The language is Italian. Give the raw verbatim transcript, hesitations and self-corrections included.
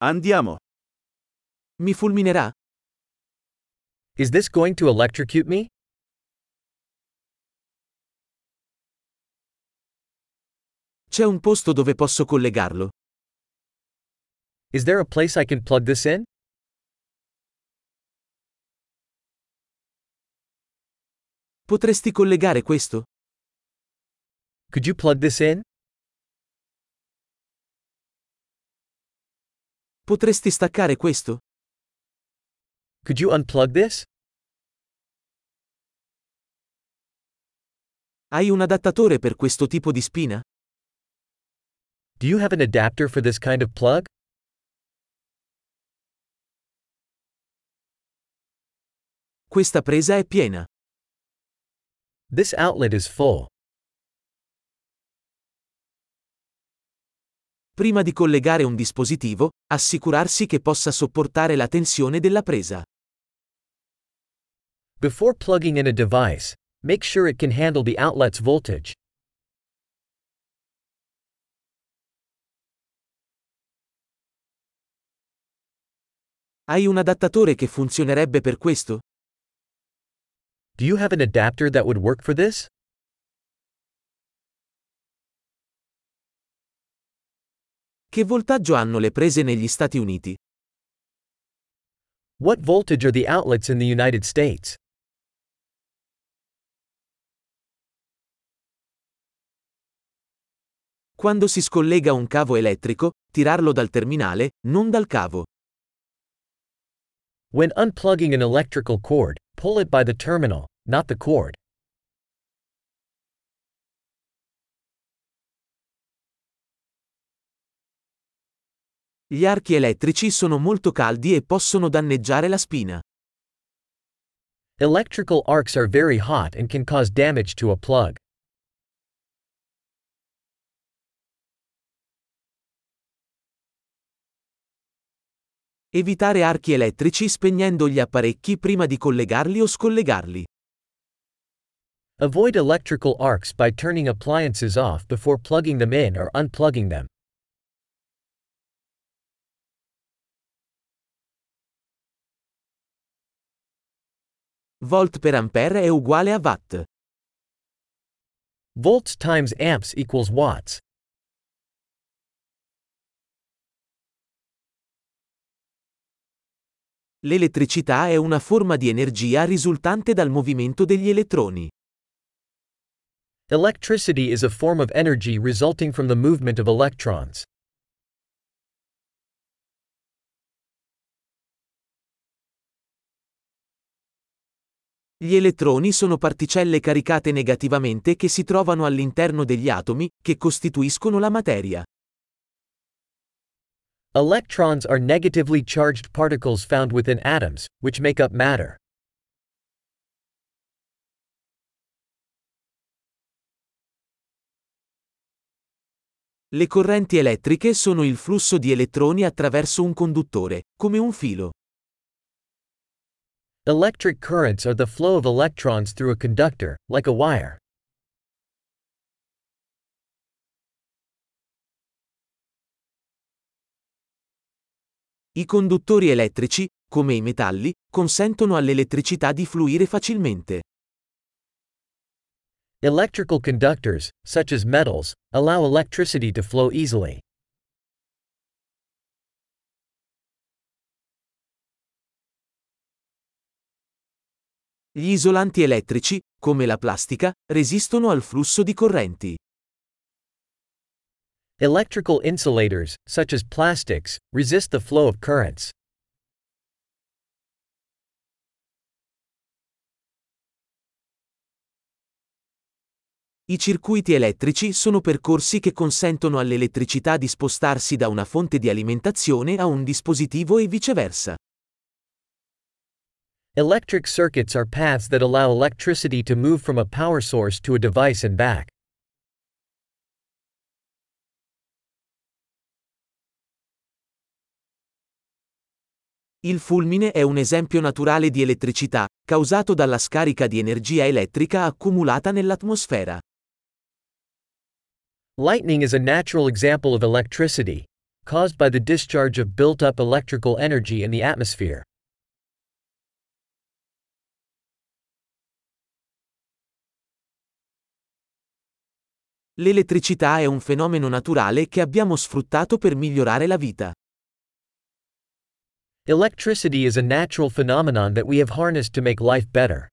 Andiamo. Mi fulminerà? Is this going to electrocute me? C'è un posto dove posso collegarlo? Is there a place I can plug this in? Potresti collegare questo? Could you plug this in? Potresti staccare questo? Could you unplug this? Hai un adattatore per questo tipo di spina? Do you have an adapter for this kind of plug? Questa presa è piena. This outlet is full. Prima di collegare un dispositivo, assicurarsi che possa sopportare la tensione della presa. Before plugging in a device, make sure it can handle the outlet's voltage. Hai un adattatore che funzionerebbe per questo? Do you have an adapter that would work for this? Che voltaggio hanno le prese negli Stati Uniti? What voltage are the outlets in the United States? Quando si scollega un cavo elettrico, tirarlo dal terminale, non dal cavo. When unplugging an electrical cord, pull it by the terminal, not the cord. Gli archi elettrici sono molto caldi e possono danneggiare la spina. Electrical arcs are very hot and can cause damage to a plug. Evitare archi elettrici spegnendo gli apparecchi prima di collegarli o scollegarli. Avoid electrical arcs by turning appliances off before plugging them in or unplugging them. Volt per ampere è uguale a watt. Volts times amps equals watts. L'elettricità è una forma di energia risultante dal movimento degli elettroni. Electricity is a form of energy resulting from the movement of electrons. Gli elettroni sono particelle caricate negativamente che si trovano all'interno degli atomi, che costituiscono la materia. Electrons are negatively charged particles found within atoms, which make up matter. Le correnti elettriche sono il flusso di elettroni attraverso un conduttore, come un filo. Electric currents are the flow of electrons through a conductor, like a wire. I conduttori elettrici, come i metalli, consentono all'elettricità di fluire facilmente. Electrical conductors, such as metals, allow electricity to flow easily. Gli isolanti elettrici, come la plastica, resistono al flusso di correnti. Electrical insulators, such as plastics, resist the flow of currents. I circuiti elettrici sono percorsi che consentono all'elettricità di spostarsi da una fonte di alimentazione a un dispositivo e viceversa. Electric circuits are paths that allow electricity to move from a power source to a device and back. Il fulmine è un esempio naturale di elettricità, causato dalla scarica di energia elettrica accumulata nell'atmosfera. Lightning is a natural example of electricity, caused by the discharge of built-up electrical energy in the atmosphere. L'elettricità è un fenomeno naturale che abbiamo sfruttato per migliorare la vita. Electricity is a natural phenomenon that we have harnessed to make life better.